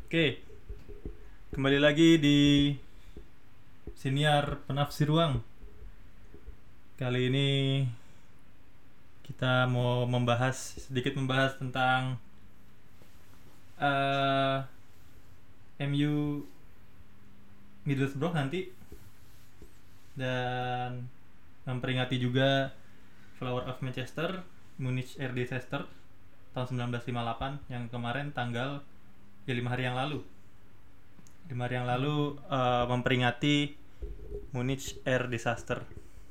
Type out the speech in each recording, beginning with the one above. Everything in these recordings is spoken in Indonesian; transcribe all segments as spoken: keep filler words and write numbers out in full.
Oke, kembali lagi di Siniar Penafsir Ruang. Kali ini kita mau membahas sedikit membahas tentang uh, M U Middlesbrough nanti dan memperingati juga Flower of Manchester, Munich R Disaster tahun sembilan belas lima puluh delapan yang kemarin tanggal ya lima hari yang lalu. lima hari yang lalu uh, memperingati Munich Air Disaster.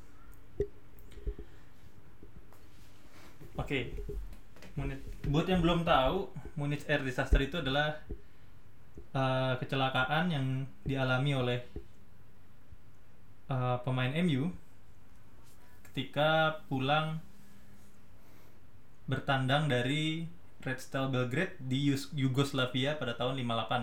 Oke, okay. Buat yang belum tahu, Munich Air Disaster itu adalah uh, kecelakaan yang dialami oleh uh, pemain M U ketika pulang bertandang dari Red Star Belgrade di Yugoslavia pada tahun lima puluh delapan.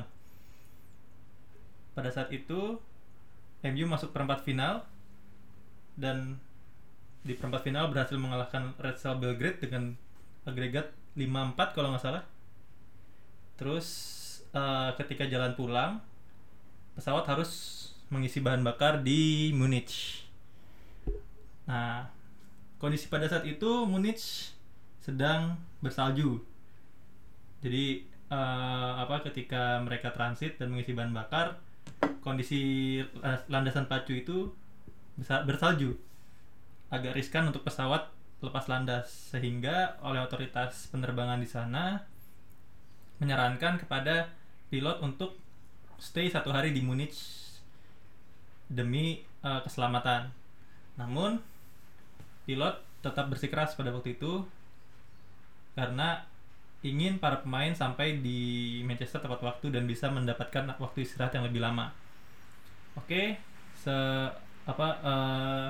Pada saat itu M U masuk perempat final dan di perempat final berhasil mengalahkan Red Star Belgrade dengan agregat lima empat kalau nggak salah. Terus uh, ketika jalan pulang, pesawat harus mengisi bahan bakar di Munich. Nah, kondisi pada saat itu Munich sedang bersalju. Jadi uh, apa ketika mereka transit dan mengisi bahan bakar, kondisi landasan pacu itu bersalju, agak riskan untuk pesawat lepas landas, sehingga oleh otoritas penerbangan di sana menyarankan kepada pilot untuk stay satu hari di Munich demi uh, keselamatan. Namun pilot tetap bersikeras pada waktu itu karena ingin para pemain sampai di Manchester tepat waktu dan bisa mendapatkan waktu istirahat yang lebih lama. Oke, se apa uh,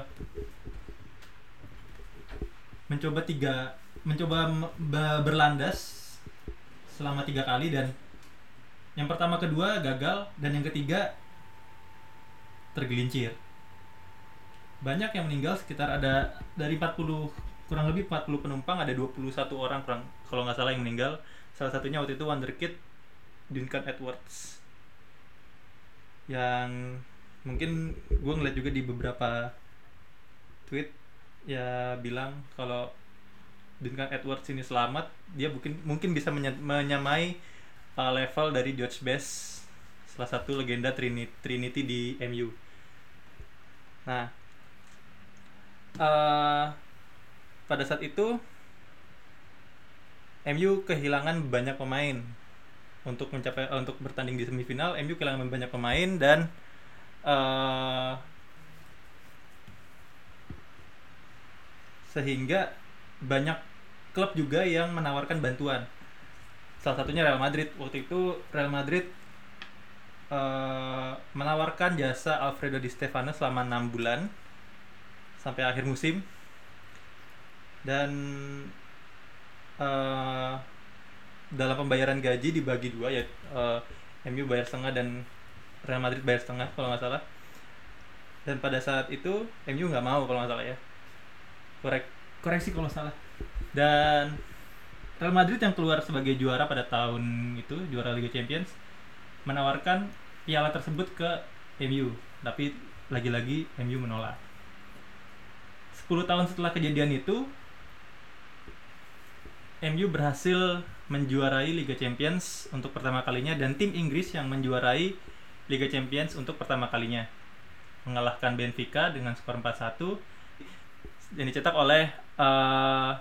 mencoba tiga mencoba m- berlandas selama tiga kali, dan yang pertama kedua gagal dan yang ketiga tergelincir. Banyak yang meninggal, sekitar ada dari empat puluh kurang lebih empat puluh penumpang, ada dua puluh satu orang kurang kalau nggak salah yang meninggal. Salah satunya waktu itu wonderkid Duncan Edwards, yang mungkin gue ngeliat juga di beberapa tweet ya bilang kalau Duncan Edwards ini selamat, dia mungkin mungkin bisa menya- menyamai uh, level dari George Best, salah satu legenda Trinity, Trinity di M U. Nah, uh, pada saat itu M U kehilangan banyak pemain untuk mencapai uh, untuk bertanding di semifinal. M U kehilangan banyak pemain dan uh, sehingga banyak klub juga yang menawarkan bantuan. Salah satunya Real Madrid. Waktu itu Real Madrid uh, menawarkan jasa Alfredo Di Stefano selama enam bulan sampai akhir musim, dan uh, dalam pembayaran gaji dibagi dua, ya uh, M U bayar setengah dan Real Madrid bayar setengah kalau nggak salah. Dan pada saat itu M U nggak mau kalau nggak salah ya, korek koreksi kalau salah. Dan Real Madrid yang keluar sebagai juara pada tahun itu, juara Liga Champions, menawarkan piala tersebut ke M U, tapi lagi-lagi M U menolak. sepuluh tahun setelah kejadian itu, M U berhasil menjuarai Liga Champions untuk pertama kalinya, dan tim Inggris yang menjuarai Liga Champions untuk pertama kalinya, mengalahkan Benfica dengan skor empat satu, yang dicetak oleh uh,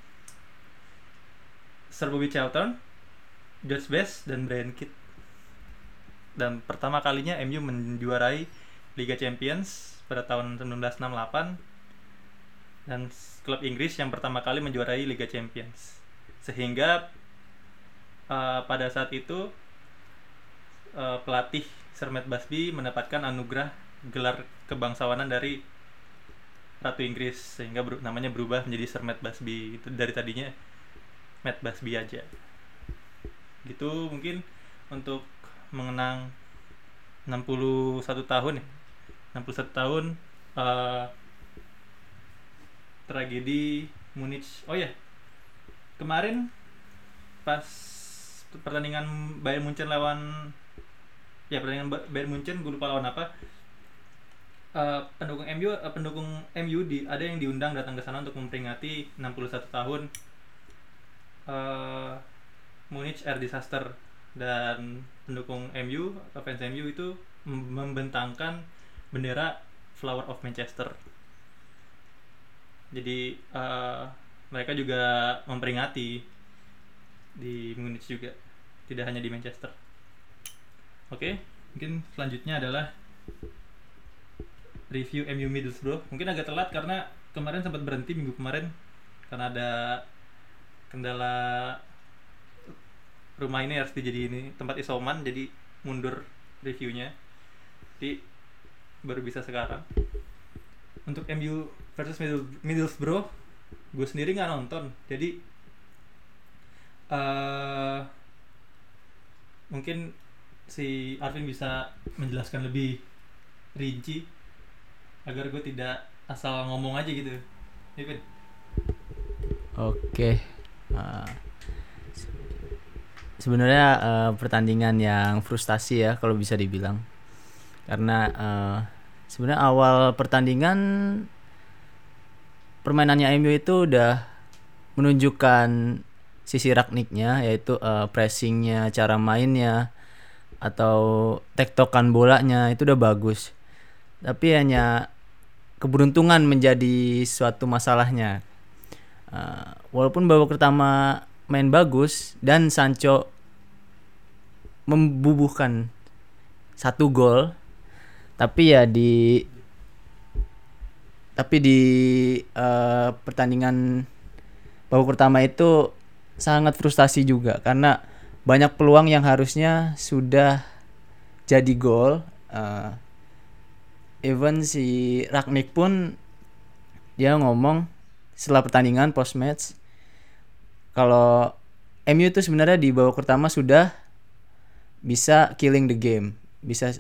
Sir Bobby Charlton, George Best, dan Brian Kidd. Dan pertama kalinya M U menjuarai Liga Champions pada tahun sembilan belas enam puluh delapan, dan klub Inggris yang pertama kali menjuarai Liga Champions. Sehingga uh, pada saat itu uh, pelatih Sir Matt Busby mendapatkan anugerah gelar kebangsawanan dari Ratu Inggris, sehingga ber- namanya berubah menjadi Sir Matt Busby. Itu dari tadinya Matt Busby aja. Gitu mungkin untuk mengenang enam puluh satu tahun ya. enam puluh satu tahun uh, tragedi Munich. Oh ya, kemarin pas pertandingan Bayern Munchen lawan ya pertandingan Bayern Munchen, gue lupa lawan apa. Uh, pendukung M U uh, pendukung M U di ada yang diundang datang ke sana untuk memperingati enam puluh satu tahun uh, Munich Air Disaster, dan pendukung M U atau fans M U itu membentangkan bendera Flower of Manchester. Jadi uh, mereka juga memperingati di Munich juga, tidak hanya di Manchester. Oke, mungkin selanjutnya adalah review M U Middlesbrough. Mungkin agak telat karena kemarin sempat berhenti minggu kemarin karena ada kendala rumah ini harus dijadi ini tempat isoman, jadi mundur reviewnya. Jadi baru bisa sekarang. Untuk M U versus Middlesbrough, gue sendiri nggak nonton, jadi uh, mungkin si Arvin bisa menjelaskan lebih rinci agar gue tidak asal ngomong aja gitu. Arvin. Oke. Uh, sebenarnya uh, pertandingan yang frustasi ya kalau bisa dibilang, karena uh, sebenarnya awal pertandingan permainannya M U itu udah menunjukkan sisi Rangnicknya, yaitu uh, pressingnya, cara mainnya, atau tektokan bolanya itu udah bagus. Tapi hanya keberuntungan menjadi suatu masalahnya. Uh, walaupun babak pertama main bagus dan Sancho membubuhkan satu gol, tapi ya di tapi di uh, pertandingan babak pertama itu sangat frustasi juga karena banyak peluang yang harusnya sudah jadi gol. Uh, even si Rangnick pun dia ngomong setelah pertandingan post match kalau M U itu sebenarnya di babak pertama sudah bisa killing the game, bisa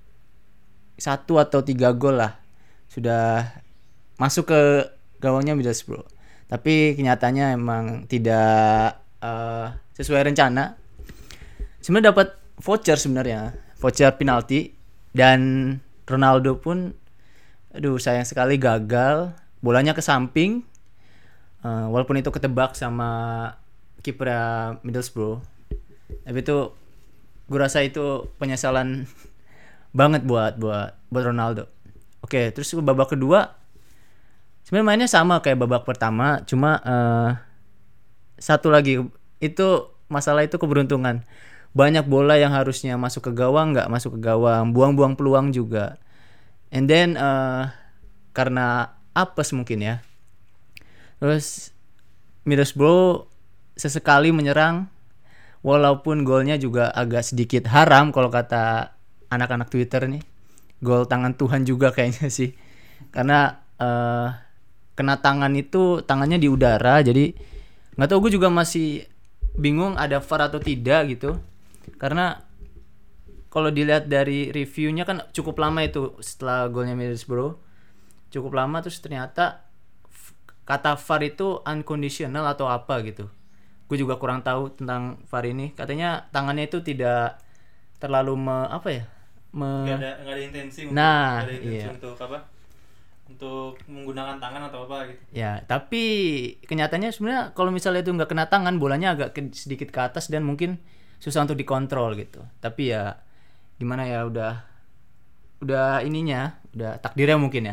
satu atau tiga gol lah sudah masuk ke gawangnya Middlesbrough. Tapi kenyataannya emang tidak uh, sesuai rencana. Sebenarnya dapat voucher sebenarnya, voucher penalti, dan Ronaldo pun aduh sayang sekali gagal, bolanya ke samping. Uh, walaupun itu ketebak sama kiper Middlesbrough. Tapi itu gue rasa itu penyesalan banget buat buat buat Ronaldo. Oke, terus babak kedua sebenarnya mainnya sama kayak babak pertama, cuma uh, satu lagi itu masalah itu keberuntungan. Banyak bola yang harusnya masuk ke gawang nggak masuk ke gawang, buang-buang peluang juga. And then uh, karena apes mungkin ya. Terus Middlesbrough sesekali menyerang, walaupun golnya juga agak sedikit haram kalau kata anak-anak Twitter nih. Gol tangan Tuhan juga kayaknya sih. Karena uh, kena tangan itu tangannya di udara, jadi nggak tahu, gue juga masih bingung ada V A R atau tidak gitu, karena kalau dilihat dari reviewnya kan cukup lama itu setelah golnya Middlesbrough, cukup lama, terus ternyata kata V A R itu unconditional atau apa gitu, gue juga kurang tahu tentang V A R ini. Katanya tangannya itu tidak terlalu me, apa ya me... nggak ada nggak ada intensi untuk nah, nggak ada intensi iya. untuk apa untuk menggunakan tangan atau apa gitu. Ya, tapi kenyataannya sebenarnya kalau misalnya itu nggak kena tangan, bolanya agak ke, sedikit ke atas dan mungkin susah untuk dikontrol gitu. Tapi ya gimana ya, udah udah ininya, udah takdirnya mungkin ya.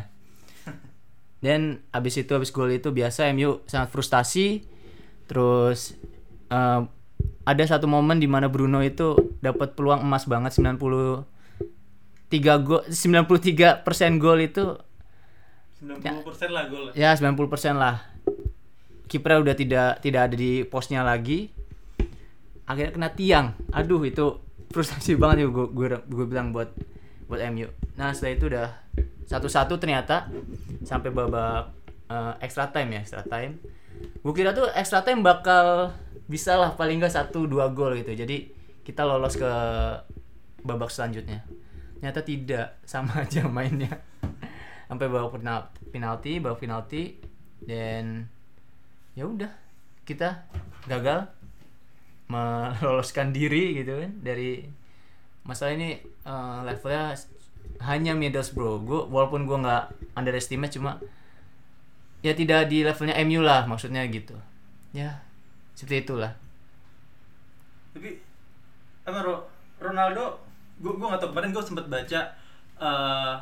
Dan abis itu abis gol itu biasa M U sangat frustasi. Terus uh, ada satu momen di mana Bruno itu dapat peluang emas banget, sembilan puluh tiga gol, sembilan puluh tiga persen gol itu. sembilan puluh persen lah gol. Ya, sembilan puluh persen lah. Kipernya udah tidak tidak ada di posnya lagi. Akhirnya kena tiang. Aduh, itu frustasi banget ya gue gue gue bilang buat buat M U. Nah, setelah itu udah satu-satu ternyata sampai babak uh, extra time ya, extra time. Gue kira tuh extra time bakal bisa lah paling enggak satu dua gol gitu. Jadi kita lolos ke babak selanjutnya. Ternyata tidak, sama aja mainnya. Sampai babak penalti, babak penalti, dan ya udah kita gagal. meloloskan diri gitu kan dari masalah ini. Uh, levelnya hanya Middlesbrough. Gue walaupun gue nggak underestimate, cuma ya tidak di levelnya M U lah maksudnya gitu. Ya seperti itulah. Tapi apa Ronaldo, gue gue nggak tahu, kemarin gue sempat baca uh,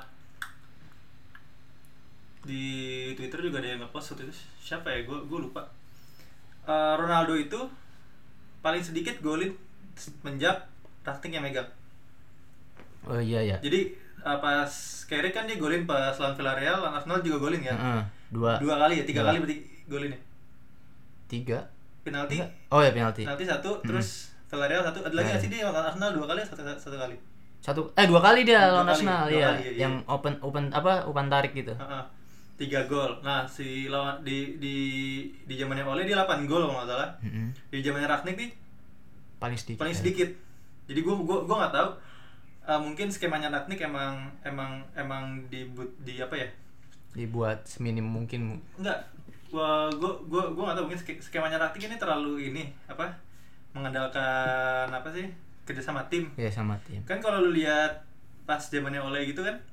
di Twitter juga ada yang ngepost waktu itu, siapa ya, gue gue lupa. uh, Ronaldo itu paling sedikit golin semenjak Rangnick yang megang. Oh iya ya. Jadi uh, pas Carrick kan dia golin pas lawan Villarreal, lawan Arsenal juga golin kan. Uh-uh. Dua. Dua kali ya, tiga Dua. kali berarti golinnya. Tiga. Penalti. Enggak. Oh ya penalti. Penalti satu, Mm-hmm. terus Villarreal satu, ada lagi nggak Nah. sih dia lawan Arsenal dua kali, satu satu kali. Satu eh dua kali dia Dua lawan kali, Arsenal dua ya. kali, iya, iya. Yang open open apa umpan tarik gitu. Uh-uh. Tiga gol. Nah si lawan di di di zamannya Ole dia delapan gol kalau nggak salah. Mm-hmm. Di zamannya Rangnick nih Paling sedikit. paling ya. sedikit. Jadi gue gue gue nggak tahu. Uh, mungkin skemanya Rangnick emang emang emang di di apa ya? Dibuat seminim mungkin. Enggak. Gua gua gua gua nggak tahu, mungkin skemanya Rangnick ini terlalu ini apa? Mengandalkan apa sih? Kerja sama tim. Ya sama tim. Kan kalau lu lihat pas zamannya Ole gitu kan,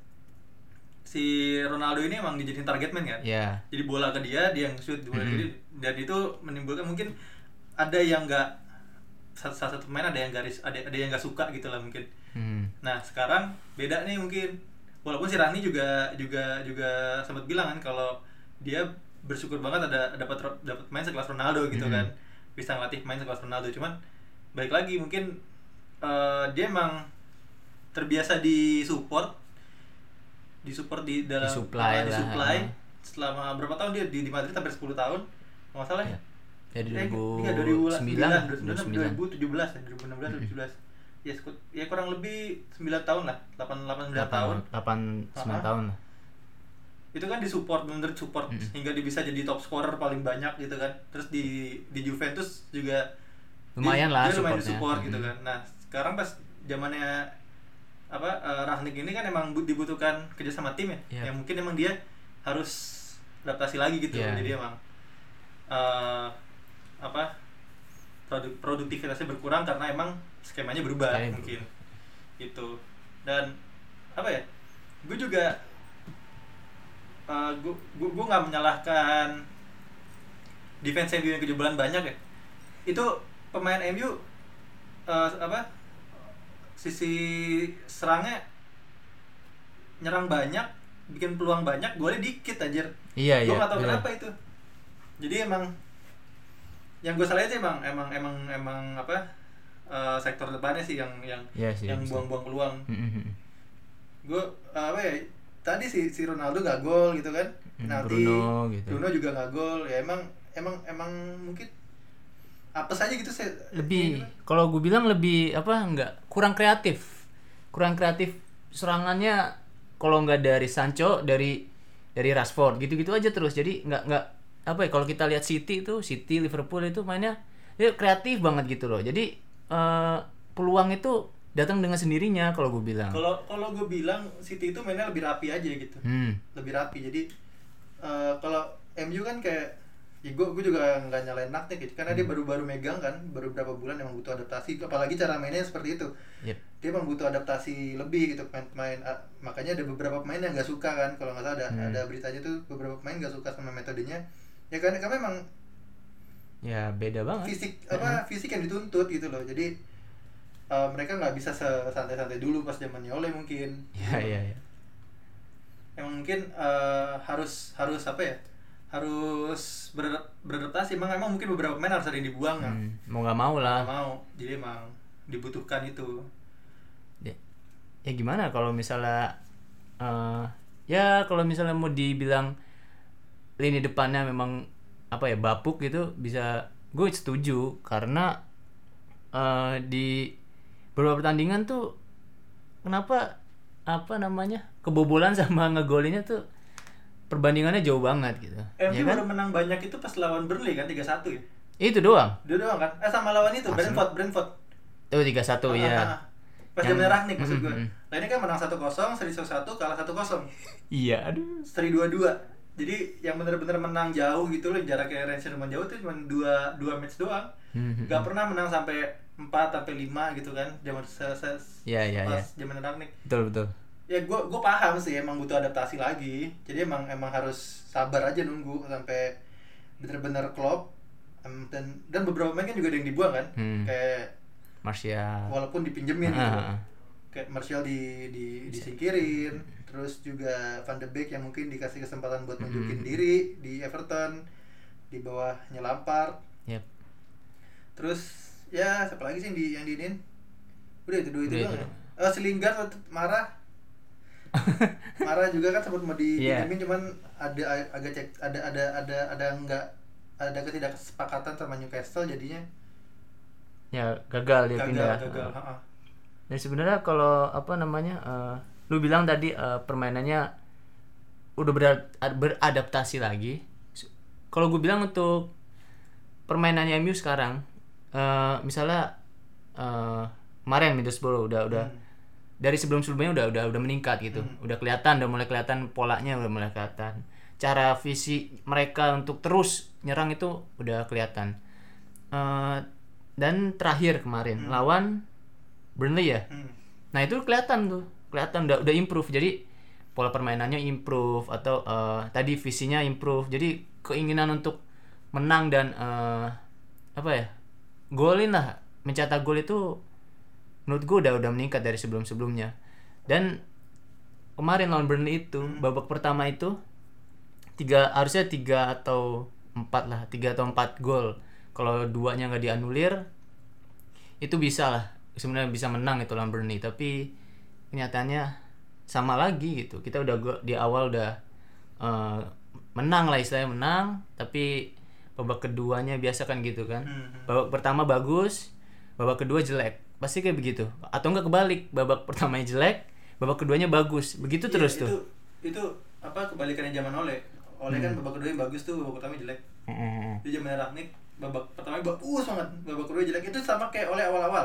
si Ronaldo ini emang dijadiin target man kan. Ya. Jadi bola ke dia, dia yang shoot bola. Mm-hmm. Jadi dan itu menimbulkan mungkin ada yang nggak, salah satu pemain ada yang garis ada ada yang nggak suka gitu lah mungkin. Hmm. Nah sekarang beda nih mungkin, walaupun si Rani juga juga juga sempat bilang kan kalau dia bersyukur banget ada dapat dapat main sekelas Ronaldo gitu Mm-hmm. kan, bisa ngelatih main sekelas Ronaldo. Cuman balik lagi mungkin uh, dia emang terbiasa di support di support di dalam Disupply di lah. supply selama berapa tahun dia di, di Madrid, hampir sepuluh tahun nggak salah ya. Ya di Eh, dua iya, ribu sembilan, dua ribu tujuh belas ya, dua ribu enam belas, dua ribu tujuh belas. Ya, sekut, ya kurang lebih sembilan tahun lah, delapan sembilan tahun. delapan sembilan Uh-huh. tahun lah. Itu kan disupport, bener support Mm-hmm. hingga dia bisa jadi top scorer paling banyak gitu kan. Terus di di Juventus juga Lumayan dia, lah dia lumayan supportnya. disupport gitu Mm-hmm. kan. Nah, sekarang pas zamannya apa uh, Rangnick ini kan emang bu- dibutuhkan kerja sama tim ya. Yep. Yang mungkin emang dia harus adaptasi lagi gitu. Yeah. Jadi emang uh, apa produk produktivitasnya berkurang karena emang skemanya berubah. Skemanya Mungkin gitu. Dan apa ya, gue juga uh, gue gue gue nggak menyalahkan defense M U yang kejebolan banyak ya. Itu pemain M U uh, apa sisi serangnya nyerang banyak, bikin peluang banyak, golnya dikit anjir. Iya, Gue iya. nggak tahu betul. kenapa itu. Jadi emang yang gue salahin sih emang emang emang emang apa uh, sektor depannya sih yang yang Iya sih, yang bisa. buang-buang peluang. Mm-hmm. Gue apa ya, tadi si si Ronaldo nggak gol gitu kan, penalti. Bruno gitu. Bruno juga nggak gol. Ya emang emang emang mungkin apa saja gitu saya Lebih kalau gue bilang lebih apa enggak kurang kreatif. Kurang kreatif serangannya kalau nggak dari Sancho, dari dari Rashford gitu-gitu aja terus. Jadi nggak nggak apa ya, kalau kita lihat City itu, City, Liverpool itu mainnya dia kreatif banget gitu loh. Jadi eh, peluang itu datang dengan sendirinya kalau gue bilang. Kalau kalau gue bilang City itu mainnya lebih rapi aja gitu, Hmm. lebih rapi. Jadi uh, kalau M U kan kayak, ya gue gue juga nggak nyalain Rangnick gitu, karena dia baru-baru megang kan, baru beberapa bulan emang butuh adaptasi. Apalagi cara mainnya seperti itu, Yep. dia emang butuh adaptasi lebih gitu main-main. Uh, makanya ada beberapa pemain yang nggak suka kan, kalau nggak salah ada Hmm. ada beritanya tuh beberapa pemain nggak suka sama metodenya. Ya kan karena memang Ya beda banget. fisik apa fisik yang dituntut gitu loh. Jadi uh, mereka nggak bisa santai-santai dulu pas zamannya Ole mungkin. Ya ya ya. Emang mungkin uh, harus harus apa ya, harus ber, beradaptasi. Emang emang mungkin beberapa pemain harus ada yang dibuang kan. Hmm. Mau nggak mau lah. Nggak mau. Jadi emang dibutuhkan itu. Ya, ya gimana kalau misalnya eh ya kalau misalnya mau dibilang lini depannya memang apa ya bapuk gitu, bisa gue setuju karena eh di beberapa pertandingan tuh kenapa apa namanya kebobolan sama ngegolinnya tuh perbandingannya jauh banget gitu. M U Ya kan? baru menang banyak itu pas lawan Burnley kan tiga satu ya. Itu doang. Dia doang kan? Eh sama lawan itu Arsenal. Brentford, Brentford. Itu tiga satu Ah, ya. ah, ah. Pas Yang- zamannya Rangnick maksud gue. Mm-mm. Nah ini kan menang satu kosong, seri satu, kalah satu kosong. Iya, aduh. Seri dua dua. Jadi yang benar-benar menang jauh gitu loh, jaraknya range cuma jauh tuh cuma dua dua match doang. Hmm. Gak pernah menang sampai empat sampai lima gitu kan. Zaman ses Iya, iya, pas iya. zaman Rangnick. Betul, betul. Ya gue gue paham sih, emang butuh adaptasi lagi. Jadi emang emang harus sabar aja nunggu sampai benar-benar klop. Em, dan dan beberapa pemain kan juga ada yang dibuang kan. Hmm. Kayak Martial. walaupun dipinjemin gitu. Ah, ah, ah. Kayak Martial di di disingkirin, terus juga Van de Beek yang mungkin dikasih kesempatan buat nunjukin Mm-mm. diri di Everton di bawahnya Lampard. Yep. Terus ya siapa lagi sih yang di yang diinin? Udah itu dua itu Udah doang. itu Ya? doang. Eh, si Lingard waktu marah. Marah juga kan sempat mau Iya. dipinjemin cuman ada agak cek ada ada ada ada enggak ada ketidaksepakatan sama Newcastle jadinya Ya gagal dia gagal pindah. gagal. Ah. Ha-ha. Dan sebenarnya kalau apa namanya, eh, lu bilang tadi eh, permainannya udah berad- beradaptasi lagi. Kalau gue bilang untuk permainannya M U sekarang, eh, misalnya eh, kemarin Middlesbrough udah udah Hmm. dari sebelum-sebelumnya udah udah udah meningkat gitu, Hmm. udah kelihatan, udah mulai kelihatan polanya, udah mulai kelihatan cara visi mereka untuk terus nyerang itu udah kelihatan. Eh, dan terakhir kemarin Hmm. lawan Burnley ya. Hmm. Nah itu kelihatan tuh, kelihatan udah udah improve. Jadi pola permainannya improve atau eh, tadi visinya improve. Jadi keinginan untuk menang dan eh, apa ya, golin lah, mencetak gol itu menurut gue udah udah meningkat dari sebelum sebelumnya. Dan kemarin lawan Burnley itu babak pertama itu tiga harusnya tiga atau empat lah, tiga atau empat gol. Kalau duanya nggak dianulir itu bisa lah, sebenarnya bisa menang itu lawan Burnley, tapi kenyataannya sama lagi gitu. Kita udah go- di awal udah eh, menang lah, istilahnya menang, tapi babak keduanya biasa kan gitu kan. Hmm. Babak pertama bagus, babak kedua jelek, pasti kayak begitu. Atau enggak kebalik, babak pertamanya jelek, babak keduanya bagus, begitu Iya, terus itu, tuh. itu apa kebalikannya zaman Ole. Ole kan babak kedua yang bagus tuh, babak pertama jelek. Mm-mm. Di zaman Rangnick babak pertama bagus banget, babak kedua jelek. Itu sama kayak Ole awal-awal.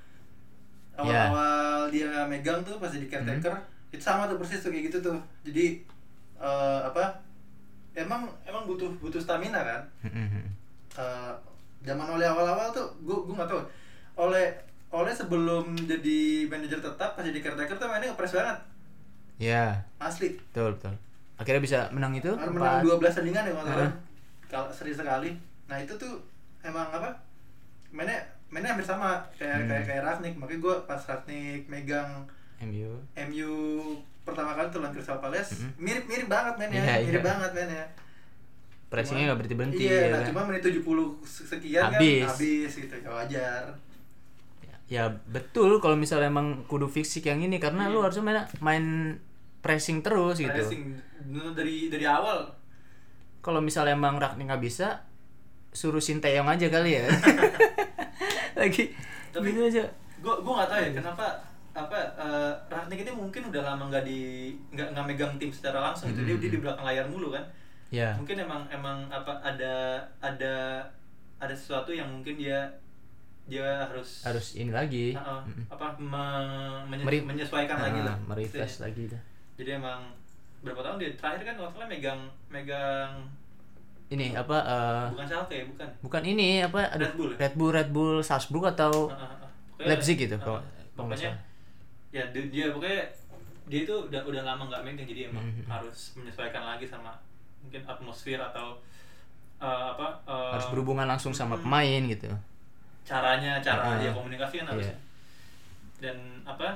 Awal-awal dia megang tuh pas jadi caretaker, itu sama tuh persis tuh kayak gitu tuh. Jadi eh, apa? Emang emang butuh butuh stamina kan. Mm-mm. Eh, zaman Ole awal-awal tuh gue gue nggak tahu. Ole Ole sebelum jadi manajer tetap pas jadi caretaker tuh mainnya ngepres banget. Ya, Asli. betul betul. Akhirnya bisa menang itu. Baru empat. menang dua belas tandingan ya kalau Heeh. kalau seri sekali. Nah itu tuh emang apa? Mainnya mainnya hampir sama kayak Hmm. kayak kayak Rangnick. Makanya gue pas Rangnick megang M U. M U pertama kali tuh lawan Crystal Palace, Mm-mm. mirip-mirip banget mainnya, Iya, mirip iya. banget mainnya. Pressingnya nggak berhenti berhenti. Iya, ya nah kan? cuma menit tujuh puluh sekian Habis. kan habis gitu, ya wajar. Ya betul, kalau misalnya emang kudu fisik yang ini, karena Iya. lu harusnya main, main pressing terus gitu. Pressing bener dari dari awal. Kalau misalnya emang Ragnik nggak bisa, suruh Sinteyong aja kali ya. Lagi Tapi- gitu aja. Gue gue nggak tahu ya kenapa apa uh, Rangnick ini mungkin udah lama nggak di nggak nggak megang tim secara langsung gitu. Dia, dia di belakang layar mulu kan. Ya. Mungkin emang emang apa ada ada ada sesuatu yang mungkin dia dia harus Harus ini lagi. uh, uh, Mm-mm. apa me- menye- Meri- menyesuaikan lagi Ah, lah. merefresh Jadi- lagi dah. Jadi emang berapa tahun dia terakhir kan waktu megang megang Ini apa eh, bukan Schalke ya, bukan. bukan ini apa aduh, Red Bull ya? Red Bull Red Bull Salzburg atau Uh, uh, uh. Pokoknya- Leipzig gitu, uh, kalau- uh, kalau nggak pokoknya salah. ya dia, dia pokoknya dia itu udah udah lama nggak megang, jadi emang Mhm. harus menyesuaikan lagi sama mungkin atmosfer atau uh, apa uh, harus berhubungan langsung sama mm, pemain gitu. caranya cara Ah, dia komunikasi kan harus. iya. Dan apa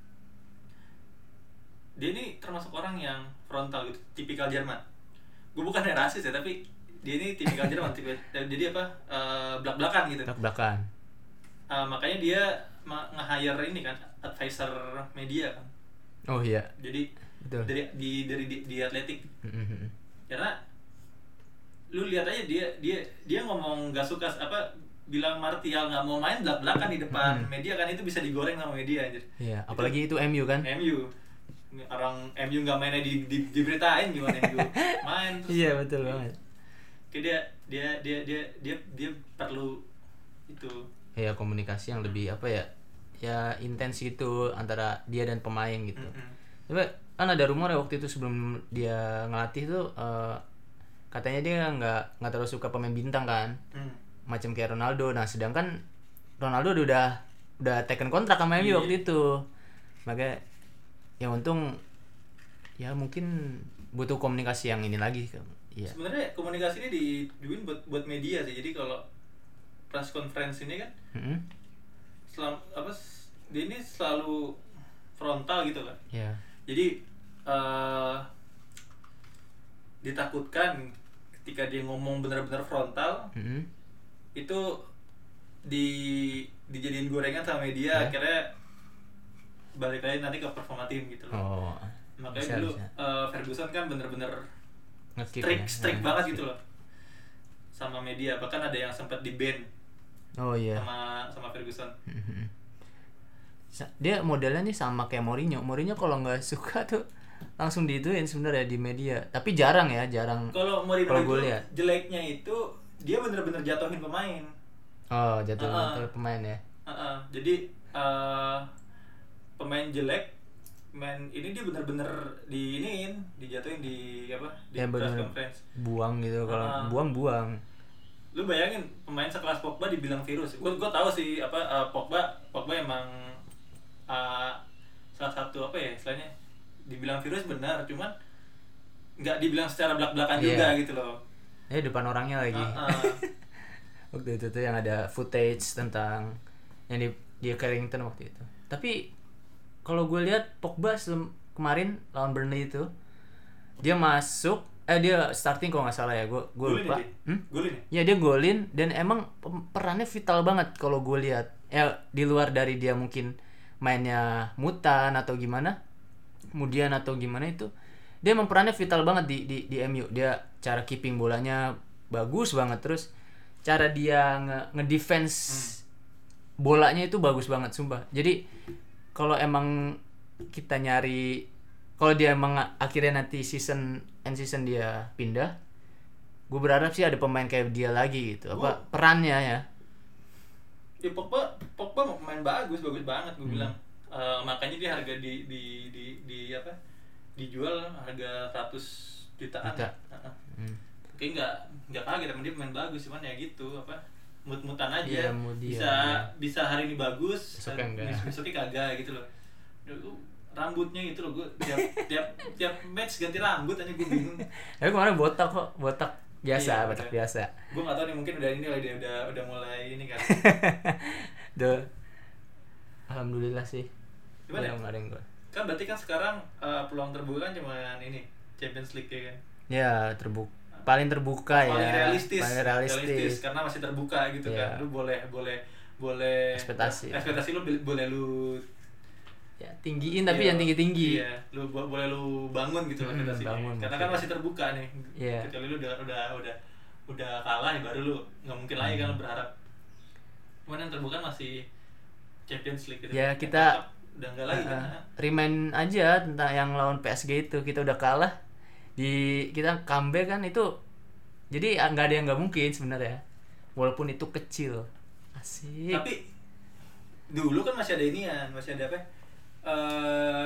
dia ini termasuk orang yang frontal gitu, tipikal Jerman. Gue bukan rasis ya, tapi dia ini tipikal Jerman, tipe, jadi apa uh, belak-belakan gitu. Belak-belakan. Uh, makanya dia ma- nge-hire ini kan advisor media kan. Oh iya, Jadi betul. dari di dari di, di atletik, Mm-mm. karena lu lihat aja dia dia dia ngomong gak suka apa bilang Martial nggak mau main belak-belakan di depan Hmm. media kan, itu bisa digoreng sama media anjir. Iya, apalagi itu M U kan. M U orang M U nggak mainnya di, di diberitain gimana M U main terus. Iya, betul banget. Kayak dia dia dia dia dia dia perlu itu. Ya komunikasi yang lebih apa ya? Ya intens gitu antara dia dan pemain gitu. Mm-mm. Coba kan ada rumor ya waktu itu sebelum dia ngelatih tuh uh, katanya dia nggak nggak terlalu suka pemain bintang kan, hmm. macam kayak Ronaldo. Nah sedangkan Ronaldo udah udah taken kontrak sama M U yeah. waktu itu, makanya ya untung ya mungkin butuh komunikasi yang ini lagi. Iya. Sebenarnya komunikasi ini dijuin buat buat media sih. Jadi kalau press conference ini kan, mm-hmm. selam apa dia ini selalu frontal gitu kan. Yeah. Jadi uh, ditakutkan ketika dia ngomong benar-benar frontal, mm-hmm. itu di dijadiin gorengan sama media, yeah. akhirnya balik lagi nanti ke performa tim gitu loh. Oh, makanya bisa, dulu bisa. Uh, Ferguson kan benar-benar strict, ya? strict nah, banget strict. gitu loh sama media, bahkan ada yang sempat di ban. Oh iya. Sama sama Ferguson. Mm-hmm. Dia modelnya nih sama kayak Mourinho. Mourinho kalau nggak suka tuh langsung diituin sebenarnya di media. Tapi jarang ya, jarang. Kalau Mourinho itu lihat. Jeleknya itu dia bener-bener jatuhin pemain. Oh, jatuhin uh-uh. pemain ya. Uh-uh. Jadi uh, pemain jelek, main ini dia bener-bener di iniin, dijatuhin di apa? Di ya, press conference. Buang gitu kalau uh-uh. buang-buang. Lu bayangin pemain sekelas Pogba dibilang virus. Gue gue tahu sih apa uh, Pogba Pogba emang uh, salah satu apa ya istilahnya dibilang virus benar, cuman nggak dibilang secara belak-belakan yeah. juga gitu loh. Ya depan orangnya lagi. Uh-uh. Waktu itu tuh yang ada footage tentang yang di dia Carrington waktu itu. Tapi kalau gue lihat Pogba sebelum kemarin lawan Burnley itu dia masuk eh dia starting kalau nggak salah ya, gue gue lupa. Hmm? Golin ya? Ya dia golin dan emang perannya vital banget kalau gue lihat. Ya di luar dari dia mungkin mainnya mutan atau gimana, kemudian atau gimana itu, dia emang perannya vital banget di di di M U. Dia cara keeping bolanya bagus banget, terus cara dia nge ngedefense hmm. bolanya itu bagus banget sumpah. Jadi kalau emang kita nyari, kalau dia emang akhirnya nanti season end season dia pindah, gue berharap sih ada pemain kayak dia lagi gitu. Apa oh. perannya ya? Ya Pogba Pogba mau main bagus bagus banget gue hmm. bilang. Uh, makanya dia harga di di di di apa? Dijual harga seratus jutaan. Juta. Uh-huh. Hmm. Kayak nggak nggak kaget emang dia pemain bagus, cuman ya gitu apa? Mut-mutan aja. Ya, dia, bisa ya. bisa hari ini bagus, besoknya besoknya kagak gitu loh. Rambutnya gitu loh, gue tiap tiap tiap match ganti rambut aja gue bingung. Tapi kemarin botak kok, botak biasa, iya, botak udah. biasa. Gue nggak tahu nih, mungkin udah ini lah dia udah udah mulai ini kan. Duh. Alhamdulillah sih. Gimana? Ya? Kemarin gue. Kan berarti kan sekarang uh, peluang terbuka kan cuma ini Champions League ya kan. Ya, terbuka. Paling terbuka paling ya. Realistis, paling realistis. Realistis karena masih terbuka gitu yeah. kan. Lu boleh boleh boleh ekspektasi. Ekspektasi lu boleh lu ya tinggiin tapi yang tinggi-tinggi. Iya, lu boleh lu bangun gitu hmm, ekspektasi. Karena maksudnya. Kan masih terbuka nih. Yeah. Kecuali lu udah udah udah udah kalah ya baru lu nggak mungkin lagi hmm. kan lu berharap. Cuman yang terbuka masih Champions League gitu. Ya kita udah enggak lagi uh, kan. Remind aja tentang yang lawan P S G itu, kita udah kalah di kita comeback kan itu. Jadi nggak ada yang nggak mungkin sebenarnya. Walaupun itu kecil. Asik. Tapi dulu kan masih ada inian, masih ada apa? Uh,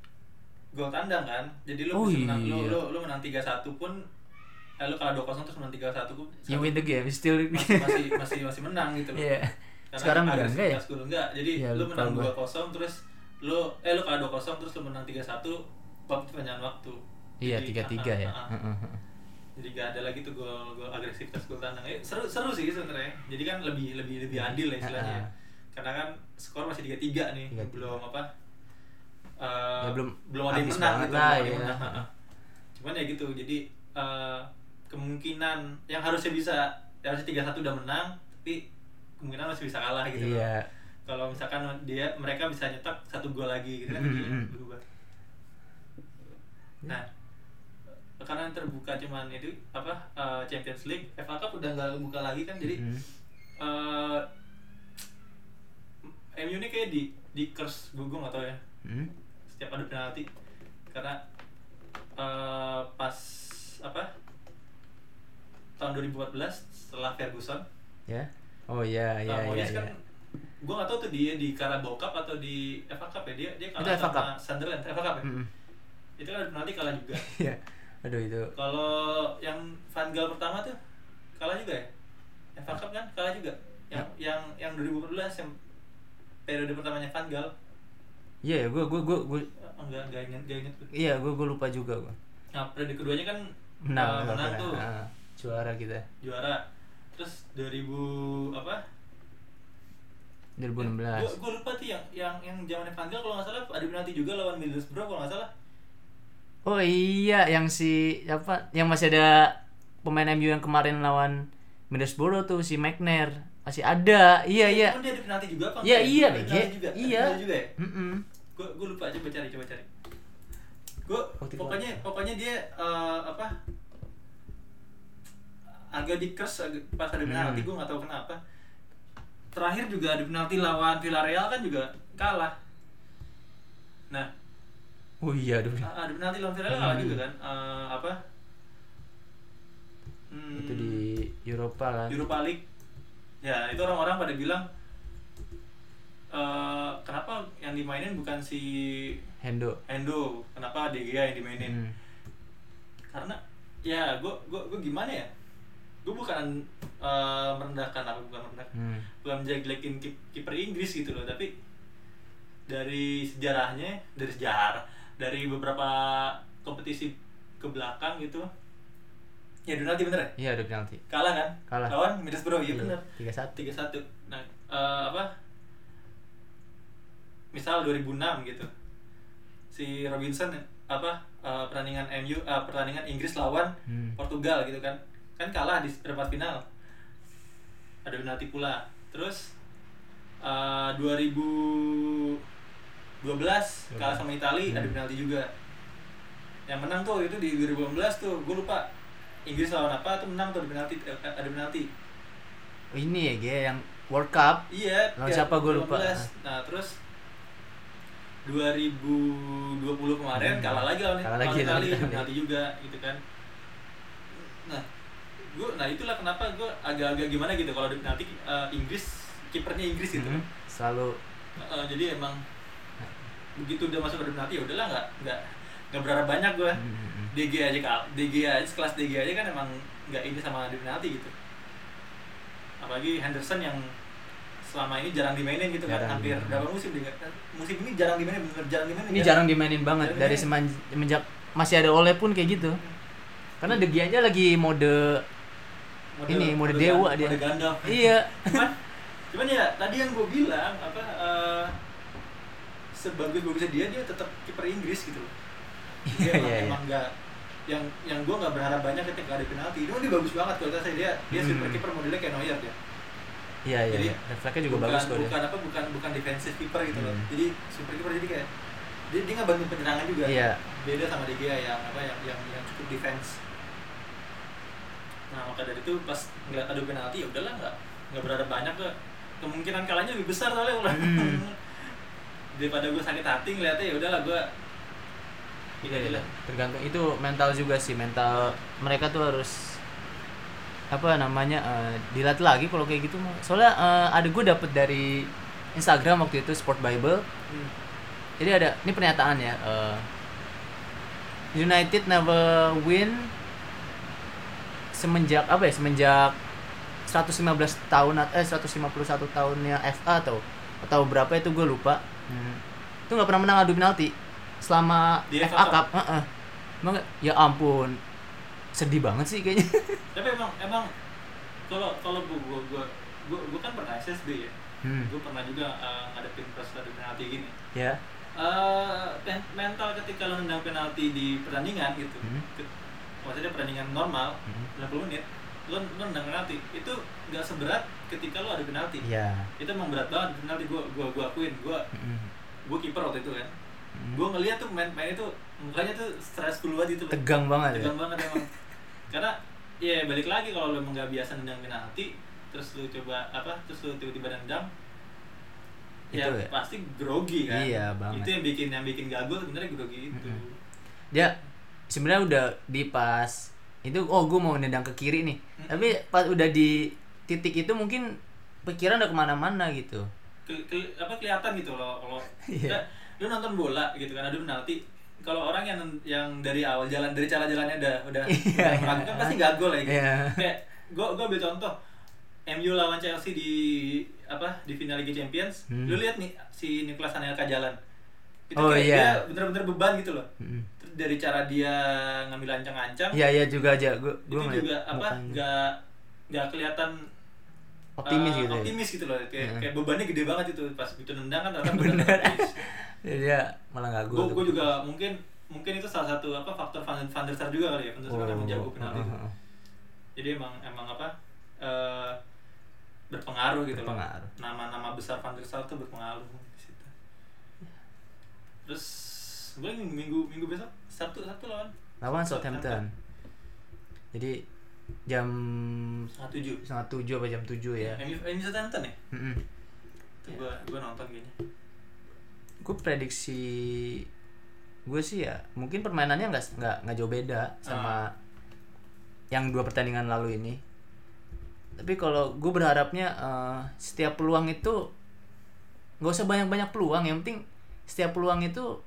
gol tandang kan. Jadi lu oh, bisa menang, iya. lu, lu lu menang tiga satu pun eh, lu kalah dua kosong terus menang tiga satu pun you win the game still masih masih masih, masih menang gitu loh. Yeah. Sekarang udah enggak ya? Enggak. Jadi ya, lu menang dua kosong terus lu eh lu kalah dua kosong terus lu menang tiga satu waktu perpanjangan waktu. Iya, tiga tiga ya. Uh, uh, uh. Jadi gak ada lagi tuh gol gol agresivitas gol tandang. Eh, seru seru sih sebenarnya. Jadi kan lebih lebih lebih adil ya istilahnya. Uh, uh. Karena kan skor masih tiga tiga nih. tiga tiga. Belum apa? Uh, ya, belum belum ada yang menang gitu. Lah, ya. Menang. Uh, cuman ya gitu. Jadi uh, kemungkinan yang harusnya bisa yang harusnya tiga satu udah menang, tapi kemungkinan masih bisa kalah gitu. Iya. Kalau misalkan dia mereka bisa nyetak satu gol lagi gitu kan mm-hmm. berubah. Nah, karena terbuka cuman itu apa uh, Champions League, F A Cup udah nggak buka lagi kan, jadi mm-hmm. uh, M U ini kayak di di curse gue gue nggak tahu ya. Mm-hmm. Setiap ada penalti karena uh, pas apa tahun dua ribu empat belas setelah Ferguson. Ya. Yeah. Oh iya iya iya. Iya. Kan, gue nggak tahu tuh dia di Carabao Cup atau di F A Cup ya, dia dia kalah sama Sunderland F A Cup ya. Mm-hmm. itu kan adu penalti kalah juga. Iya. Aduh itu. Kalau yang Van Gaal pertama tuh kalah juga ya? Yang F A Cup kan kalah juga. Yang Ya. yang yang dua ribu empat belas yang periode pertamanya Van Gaal. Iya ya, gue gue gue gue Oh, enggak enggak ingat enggak ingat tuh. iya gue gue lupa juga gue. Nah, periode keduanya kan Menang, uh, menang menang tuh. Nah, juara kita. Juara. Terus dua ribu apa? dua ribu enam belas. Gue gue lupa tuh yang yang yang zamannya Van Gaal kalau nggak salah ada penalti juga lawan Middlesbrough kalau nggak salah. Oh iya, yang si apa? Yang masih ada pemain M U yang kemarin lawan Middlesbrough tuh si McNair. Masih ada. Iya iya. Cuman dia ada penalti juga apa? Iya enggak? iya Ada B G. penalti juga. Ada Iya. penalti juga ya? Mm-mm. Gue gue lupa, coba cari coba cari. Gue Waktu itu pokoknya apa? pokoknya dia eh, apa? Agak di curse agak- pas ada penalti, Hmm. gue nggak tahu kenapa. Terakhir juga ada penalti lawan Villarreal kan juga kalah. Nah, Oh iya, aduh. ada penalti lawan Villarreal kalah Hmm. juga kan? Eh, apa? Hmm, Itu di Eropa lah. Europa League. Ya, itu orang-orang pada bilang eh kenapa yang dimainin bukan si Hendo. Endo, kenapa De Gea yang dimainin? Hmm. Karena ya gue gue gue gimana ya? Gue bukan eh, merendahkan apa bukan merendahkan, Hmm. bukan menjelekin kip- kiper Inggris gitu loh, tapi dari sejarahnya, dari sejarah, dari beberapa kompetisi ke belakang gitu. Ya penalti bener ya? Iya, ada penalti. Kalah kan? Kalah. Lawan Middlesbrough, iya bener. tiga satu. tiga satu. Nah, eh, apa? Misal dua ribu enam gitu. Si Robinson apa eh, pertandingan M U eh, pertandingan Inggris lawan Hmm. Portugal gitu kan. Kan kalah di perempat final. Ada penalti pula. Terus eh, dua ribu dua belas kalah sama Italia, ada Hmm. penalti juga. Yang menang tuh itu di dua ribu enam belas tuh, gue lupa Inggris lawan apa tuh menang tuh ada penalti eh, ada penalti. Oh, ini ya, Ge, yang World Cup. Iya, Lawan ya, siapa gua lupa. dua belas. Nah, terus dua ribu dua puluh kemarin Hmm. kalah lagi lawan Kalah lawan lagi, Italia, lawan Italia. penalti juga gitu kan. Nah, gua nah itulah kenapa gua agak-agak gimana gitu kalau di penalti eh, Inggris, kipernya Inggris gitu. Hmm. Selalu. Eh, jadi emang begitu udah masuk ke penalti ya udahlah nggak nggak nggak berharap banyak gua. Hmm. D G aja kal, D G aja sekelas D G aja kan emang nggak ini sama di penalti gitu. Apalagi Henderson yang selama ini jarang dimainin gitu kan, Jarang hampir dimainin. berapa musim dia musim ini jarang dimainin, bener jarang dimainin. Ini ya. jarang dimainin banget Jarang dari dimainin. semenj- semenjak masih ada Ole pun kayak gitu. Karena De Gea aja lagi mode ini, mode dewa Gandalf, dia. mode Gandalf. iya. cuman cuman ya tadi yang gue bilang apa eh, sebagus-bagusnya dia dia tetap kiper Inggris gitu loh. Dia Iya, emang iya, iya. emang nggak yang yang gue nggak berharap banyak ketika ada penalti. Itu dia bagus banget kalau saya dia dia Hmm. super kiper modelnya kayak Neuer dia. Iya, iya. Jadi, iya. Refleksnya juga bukan, bagus kok dia. bukan apa bukan bukan defensive keeper gitu loh. Hmm. Jadi super keeper jadi kayak dia dia nggak bantu penyerangan juga. Iya. Beda sama De Gea yang apa yang yang yang cukup defense. Nah maka dari itu pas ngeliat adu penalti ya udahlah nggak nggak berharap banyak ke kemungkinan kalahnya lebih besar soalnya ulah. Hmm. Daripada gue sakit hati ngeliatnya ya udahlah gue ini aja lah. Tergantung itu mental juga sih, mental mereka tuh harus apa namanya eh, dilatih lagi kalau kayak gitu mah. Soalnya eh, ada gue dapet dari Instagram waktu itu Sport Bible. Hmm. Jadi ada ini pernyataan ya. eh, United never win semenjak apa ya? Semenjak seratus lima belas tahun at- eh seratus lima puluh satu tahunnya F A atau atau berapa itu gue lupa. Hmm. Itu nggak pernah menang adu penalti selama Di F F A A Cup. Heeh. Emang ya ampun. Sedih banget sih kayaknya. Tapi emang emang kalau kalau gue gue gue gue gue kan pernah S S B ya. Hmm. Gue pernah juga uh, ngadepin proses adu penalti gini. Ya. Eh, pen- mental ketika lo nendang penalti di pertandingan gitu, Hmm. ke- maksudnya pertandingan normal Hmm. sembilan puluh menit, lo, lo nendang penalti itu nggak seberat ketika lo ada penalti. Iya. Itu emang berat banget penalti. Gue gue gue akuin, gue Mm-mm. gue kiper waktu itu kan. Mm. Gue ngeliat tuh main main itu mukanya tuh stressful banget itu. Tegang banget ya. Tegang banget emang. Karena ya balik lagi kalau lo emang nggak biasa nendang penalti, terus lo coba apa, terus lo tiba-tiba nendang, ya, Itu ya. pasti grogi kan. Iya, banget. Itu yang bikin yang bikin gagal sebenarnya grogi itu. Mm-mm. Dia sebenarnya udah di pas itu oh gue mau nendang ke kiri nih. Mm-mm. Tapi pas udah di titik itu mungkin pikiran udah kemana-mana gitu. Ke, ke- apa kelihatan gitu loh kalau Iya. ya, lu nonton bola gitu kan adu penalti, kalau orang yang yang dari awal jalan dari cara jalannya udah udah, Iya, udah meragukan pasti gagal ya gitu. Iya. Kayak gue gue ambil contoh M U lawan Chelsea di apa di final Liga Champions. Hmm. Lu lihat nih si Nicolas Anelka jalan. Itu Oh, kayak iya. dia bener-bener beban gitu loh. Mm. Terus dari cara dia ngambil ancang-ancang Iya iya juga aja gue itu juga apa nggak nggak kelihatan optimis uh, gitu. Ya? optimis gitu loh kayak Hmm. kayak bebannya gede banget itu pas itu nendang kan orang Bener. optimis. Jadi dia malah nggak Gue gol. gue juga mungkin mungkin itu salah satu apa faktor Van, Van der Sar juga kali ya. Van der Sar kan emang jago penalti. oh, oh, oh. Jadi emang emang apa uh, berpengaruh gitu Berpengaruh. loh. Nama-nama besar Van der Sar tuh berpengaruh di situ. Terus gue minggu minggu, minggu besok Sabtu Sabtu lawan Lawan Southampton. Jadi jam setengah tujuh. setengah tujuh apa jam tujuh ya. M U M U Southampton ya? Mm-mm. Itu gue gue nonton kayaknya. Gue prediksi gue sih ya mungkin permainannya nggak nggak nggak jauh beda sama Ah. yang dua pertandingan lalu ini. Tapi kalau gue berharapnya eh, setiap peluang itu nggak usah banyak-banyak peluang, yang penting setiap peluang itu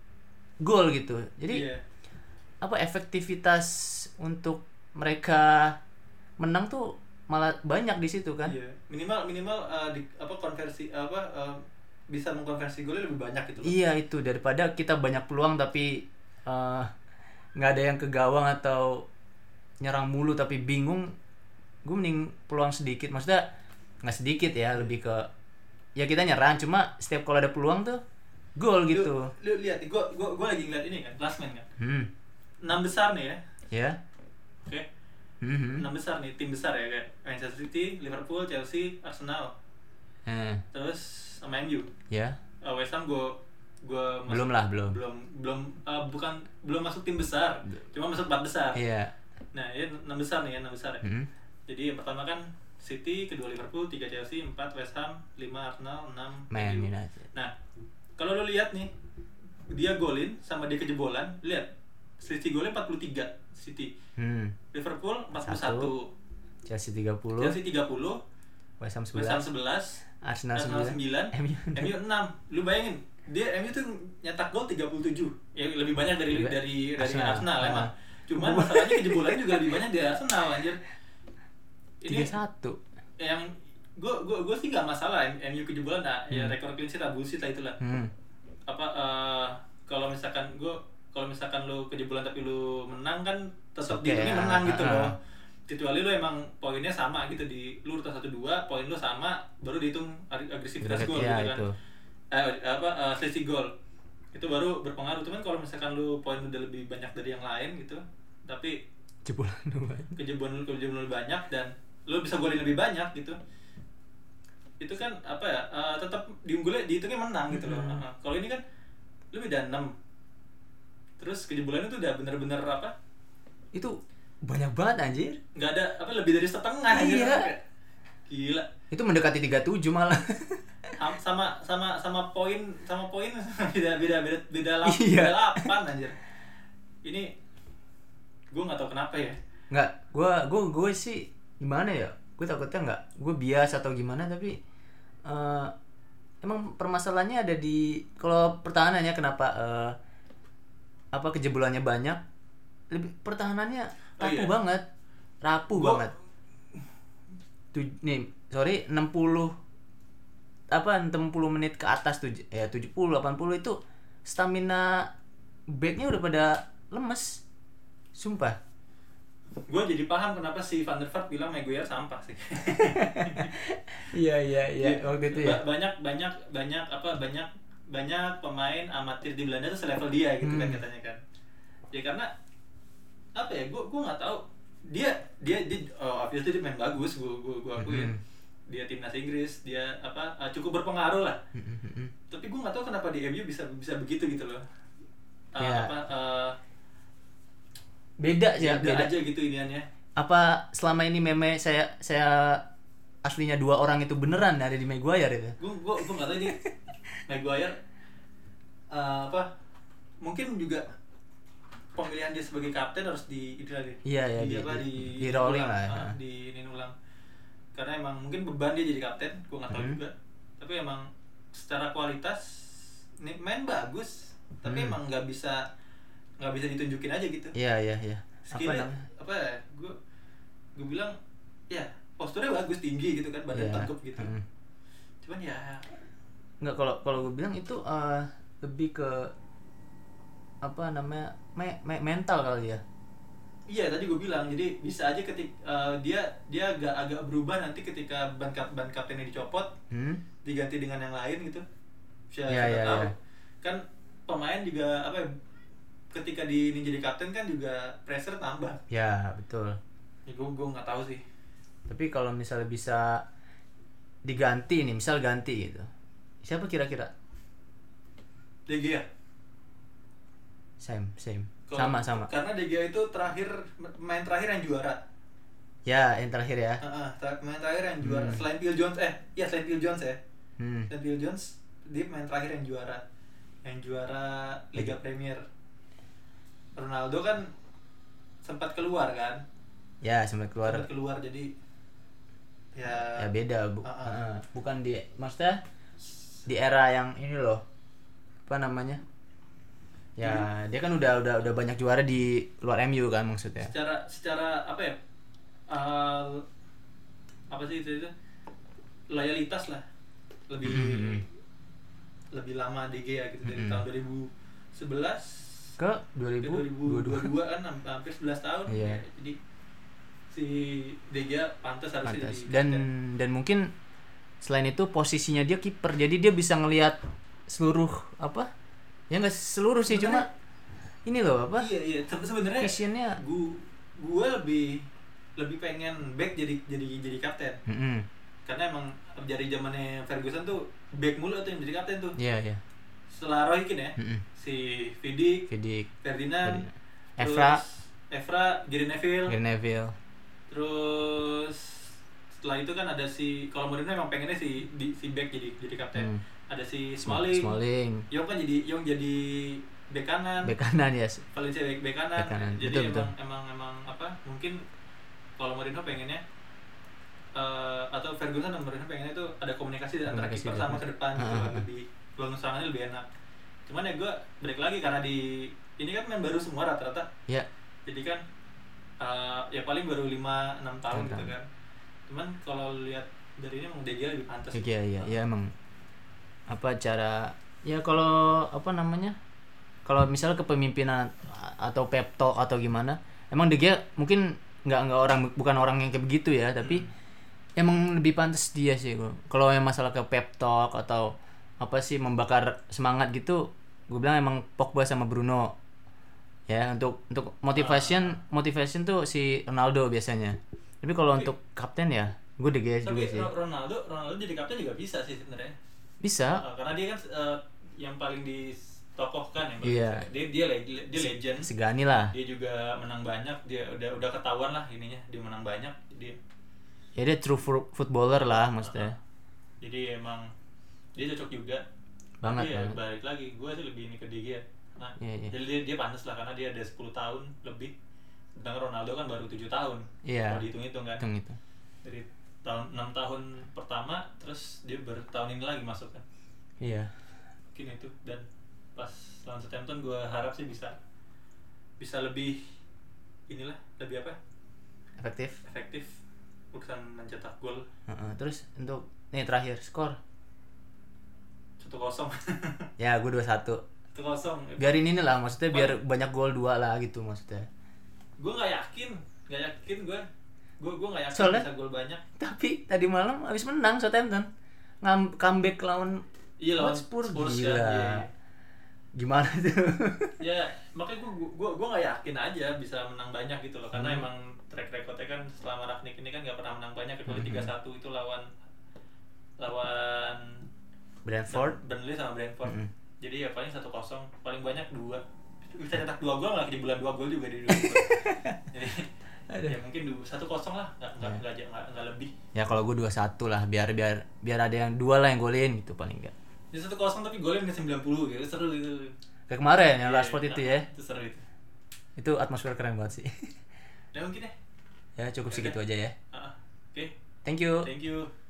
gol gitu. Jadi Iya. apa efektivitas untuk mereka menang tuh malah banyak di situ kan. Iya. Minimal minimal uh, di apa konversi apa uh, bisa mengkonversi golnya lebih banyak gitu loh. Iya itu daripada kita banyak peluang tapi eh, nggak ada yang ke gawang atau nyerang mulu tapi bingung. Gue mending peluang sedikit, maksudnya nggak sedikit ya, lebih ke ya kita nyerang cuma setiap kalau ada peluang tuh gol gitu. Lu, lu lihat, gue gue gue lagi ngeliat ini kan, klasmen kan. Hmm. Enam besar nih ya. Ya. Oke. Mhm. Enam besar nih, tim besar ya kayak Manchester City, Liverpool, Chelsea, Arsenal. Eh, Terus sama M U. ya. Uh, West Ham gue gue Belum lah, belum. belum belum uh, bukan belum masuk tim besar, cuma masuk empat besar. Iya. Nah, ini enam besar nih ya, enam besar ya. Mhm. Jadi yang pertama kan City, kedua Liverpool, tiga Chelsea, empat West Ham, lima Arsenal, enam Man M U. United. Nah, kalau lo lihat nih, dia golin sama dia kejebolan, lihat selisih golnya empat puluh tiga City. Hmm. Liverpool empat puluh satu, Satu. Chelsea tiga puluh, Chelsea tiga puluh, West Ham West Ham sebelas, sebelas, Arsenal Arsenal sembilan, sembilan, M U M U enam. Lu bayangin, dia M U tuh nyetak gol tiga puluh tujuh. Ya lebih banyak dari Lebih- dari dari Arsenal. Arsenal, Ah. emang. Cuman masalahnya kejebolannya juga lebih banyak dari Arsenal anjir. tiga satu. Yang gue gue gue sih gak masalah M U kejebolan, nah ya Hmm. rekor clean sheet lah, bullshit lah itulah. Hmm. Apa eh, kalau misalkan gue kalau misalkan lu kejebolan tapi lu menang kan tetap Oke, dihitungnya ah, menang ah, gitu ah. loh. Kecuali lu emang poinnya sama gitu, di lu urutan satu dua, poin lu sama, baru dihitung ag- agresivitas gol Ya, gitu kan. itu. Eh apa eh, selisih gol. Itu baru berpengaruh. Cuman kalau misalkan lu poin udah lebih banyak dari yang lain gitu, tapi Jebolan dua. kejebolan lu kejebolan lu banyak dan lu bisa golin lebih banyak gitu, itu kan apa ya uh, tetap diunggulnya dihitungnya menang gitu loh. Mm-hmm. Uh, kalau ini kan lu beda enam, terus kejebolannya tuh udah bener-bener apa, Itu banyak banget anjir. nggak ada apa lebih dari setengah gitu. Iya. Kayak, gila. Itu mendekati tiga puluh tujuh malah. Am- sama sama sama poin sama poin beda beda beda beda delapan, Iya. beda delapan anjir. Ini gue nggak tahu kenapa ya. Nggak, gua gua gue sih gimana ya? Gue takutnya nggak, gue bias atau gimana tapi eh, emang permasalahannya ada di kalau pertahanannya kenapa eh, apa kejebolannya banyak, lebih pertahanannya Oh, rapuh iya. banget, rapuh Gua- banget. Tuh, nih sorry enam puluh apa enam puluh menit ke atas tuh ya tujuh puluh delapan puluh itu stamina backnya udah pada lemes, sumpah. Gue jadi paham kenapa si Van der Vaart bilang Maguire sampah sih. Iya iya iya Iya. waktu itu ya. Ba- banyak banyak banyak apa banyak banyak pemain amatir di Belanda tuh selevel dia gitu kan Hmm. katanya kan. Ya karena apa ya, gue gue nggak tahu, dia dia dia oh, obviously dia main bagus, gue gue gue akuin. Mhm. Dia timnas Inggris, dia apa uh, cukup berpengaruh lah. Mhm. Tapi gue nggak tahu kenapa di M U bisa bisa begitu gitu loh. Uh, Ya. apa uh, Beda sih ya, beda beda. aja gitu iniannya. Apa selama ini meme saya saya aslinya dua orang itu beneran ada di Maguire itu? gue gue gue nggak tahu ini Maguire uh, apa mungkin juga pemilihan dia sebagai kapten harus di itu lagi Iya, iya, di, di- apa di- di di rolling ulang, lah, ya. ah, di ini ulang, karena emang mungkin beban dia jadi kapten, gue nggak tahu Hmm. juga, tapi emang secara kualitas nih main bagus, tapi Hmm. emang nggak bisa nggak bisa ditunjukin aja gitu. Iya iya iya. Apa Skillnya namanya? apa ya? Gue gue bilang ya posturnya bagus, tinggi gitu kan, badan Iya. tangkup gitu. Mm. Cuman ya Nggak, kalau kalau gue bilang itu eh, lebih ke apa namanya me- me- mental kali ya. iya tadi gue bilang, jadi bisa aja ketik eh, dia dia agak agak berubah nanti ketika ban kap ban kaptennya dicopot, Hmm? diganti dengan yang lain gitu. Siapa Iya, iya, tahu iya. kan pemain juga apa ya, ketika di ini jadi kapten kan juga pressure tambah. Ya betul. Ya gue gue nggak tahu sih. Tapi kalau misalnya bisa diganti nih, misal ganti gitu, siapa kira-kira? De Gea. Same same. Kalau- Sama sama. Karena De Gea itu terakhir main terakhir yang juara. Ya yang terakhir ya. Heeh, ter- main terakhir yang juara. Hmm. Selain Phil Jones eh ya selain Phil Jones ya. Hmm. Dan Phil Jones dia main terakhir yang juara. Yang juara Liga Liga. Premier. Ronaldo kan sempat keluar kan? Ya sempat keluar. Sempat keluar jadi ya, Ya beda bu. Uh-uh. Heeh. Bukan di, maksudnya di era yang ini loh. Apa namanya? Ya dia kan udah udah udah banyak juara di luar M U kan maksudnya. secara secara apa ya? eh, apa sih itu, itu? Loyalitas lah. Lebih Hmm. lebih lama De Gea gitu dari Mm-mm. tahun dua ribu sebelas Ke dua ke ribu dua ribu dua puluh dua kan ham- hampir sebelas tahun. Iya. Jadi si De Gea pantas harusnya Pantas. jadi Dan kapten. dan mungkin selain itu posisinya dia kiper. Jadi dia bisa ngelihat seluruh apa? Ya enggak seluruh sih, cuma Sebenarnya- ini loh apa? Iya iya Se- sebenarnya Visionnya. gua gua lebih lebih pengen back jadi jadi jadi kapten. Mm-mm. Karena emang dari zamannya Ferguson tuh back mulu tuh yang jadi kapten tuh. Iya iya. Setelah Roy Keane ya. Mm-mm. Si Vidic, Vidic, Ferdinand, Ferdinand. terus Evra, Evra, Gary Neville. Gary Neville. Terus setelah itu kan ada si kalau Mourinho emang pengennya si di, si back jadi jadi kapten. Hmm. Ada si Smalling. Smalling. Yong kan jadi Yong jadi bek kanan. Bek kanan ya. Valencia bek bek kanan. Bek kanan. Jadi Betul, emang, betul. emang emang apa? Mungkin kalau Mourinho pengennya eh, atau Ferguson dan Mourinho pengennya itu ada komunikasi, antara Komunikasi kiper dengan- sama ke depan gitu, Ah, ah, ah. lebih bangun serangannya lebih enak. Cuman ya gue balik lagi karena di ini kan main baru semua rata-rata. Ya. Jadi kan eh, ya paling baru lima enam tahun enam gitu tahun. kan. Cuman kalau lihat dari ini emang De Gea lebih pantas. Iya iya iya emang apa cara ya kalau apa namanya kalau misalnya kepemimpinan atau pep talk atau gimana emang De Gea mungkin nggak nggak orang bukan orang yang kayak begitu ya tapi Hmm. emang lebih pantas dia sih gua. Kalau yang masalah ke pep talk atau apa sih membakar semangat gitu gue bilang emang Pogba sama Bruno ya untuk untuk motivation motivation tuh si Ronaldo biasanya tapi kalau Tapi- untuk kapten ya gue De Gea juga Tapi sih Ro- Ronaldo Ronaldo jadi kapten juga bisa sih sebenarnya. bisa. Eh, karena dia kan eh, yang paling ditokohkan ya. Iya. Dia dia leg- dia legend. Segani lah. Dia juga menang banyak, dia udah udah ketahuan lah ininya, dia menang banyak. Dia Ya dia true fu- footballer lah maksudnya. jadi emang dia cocok juga. Banget, Tapi ya banget. balik lagi, gue sih lebih ini ke De Gea. Nah, Iya, iya. jadi dia, dia pantas lah karena dia ada sepuluh tahun lebih. Sedangkan Ronaldo kan baru tujuh tahun. Iya. Kalau dihitung-hitung kan. Hitung itu. Dari tahun enam tahun pertama terus dia baru tahun ini lagi masuk kan. Iya. Mungkin itu, dan pas lawan Southampton gue harap sih bisa bisa lebih inilah, lebih apa? Efektif. Efektif urusan mencetak gol. Heeh, terus untuk nih terakhir skor. satu kosong. Ya gue dua satu. satu kosong. Biarin ini lah maksudnya biar banyak gol dua lah gitu maksudnya. Gue nggak yakin, nggak yakin gue. Gue gue nggak yakin Soalnya- bisa gol banyak. Tapi tadi malam habis menang Southampton. Ngam comeback lawan Iya lawan Hotspur, Spurs gila. kan. Iya. Gimana tuh? Ya makanya gue gue gue nggak yakin aja bisa menang banyak gitu loh, karena Hmm. emang track recordnya kan selama Rangnick ini kan nggak pernah menang banyak, kecuali Hmm. tiga satu itu lawan lawan Brentford. Burnley sama Brentford. Mm-mm. Jadi ya paling satu kosong, paling banyak dua. Bisa cetak dua gol nggak di bulan dua gol juga di dua. Jadi Aduh. ya mungkin dua satu kosong lah, nggak nggak Ya. nggak nggak nggak lebih. Ya kalau gue dua satu lah biar biar biar ada yang dua lah yang golin gitu paling enggak. Jadi satu kosong tapi golnya menit sembilan puluh gitu, seru gitu. Kayak kemarin yang Iya, Rashford itu nah, ya. Itu seru itu. Itu atmosfer keren banget sih. Ya mungkin ya. Ya cukup Oke. segitu aja ya. Ah, ah. Oke, Thank you. thank you.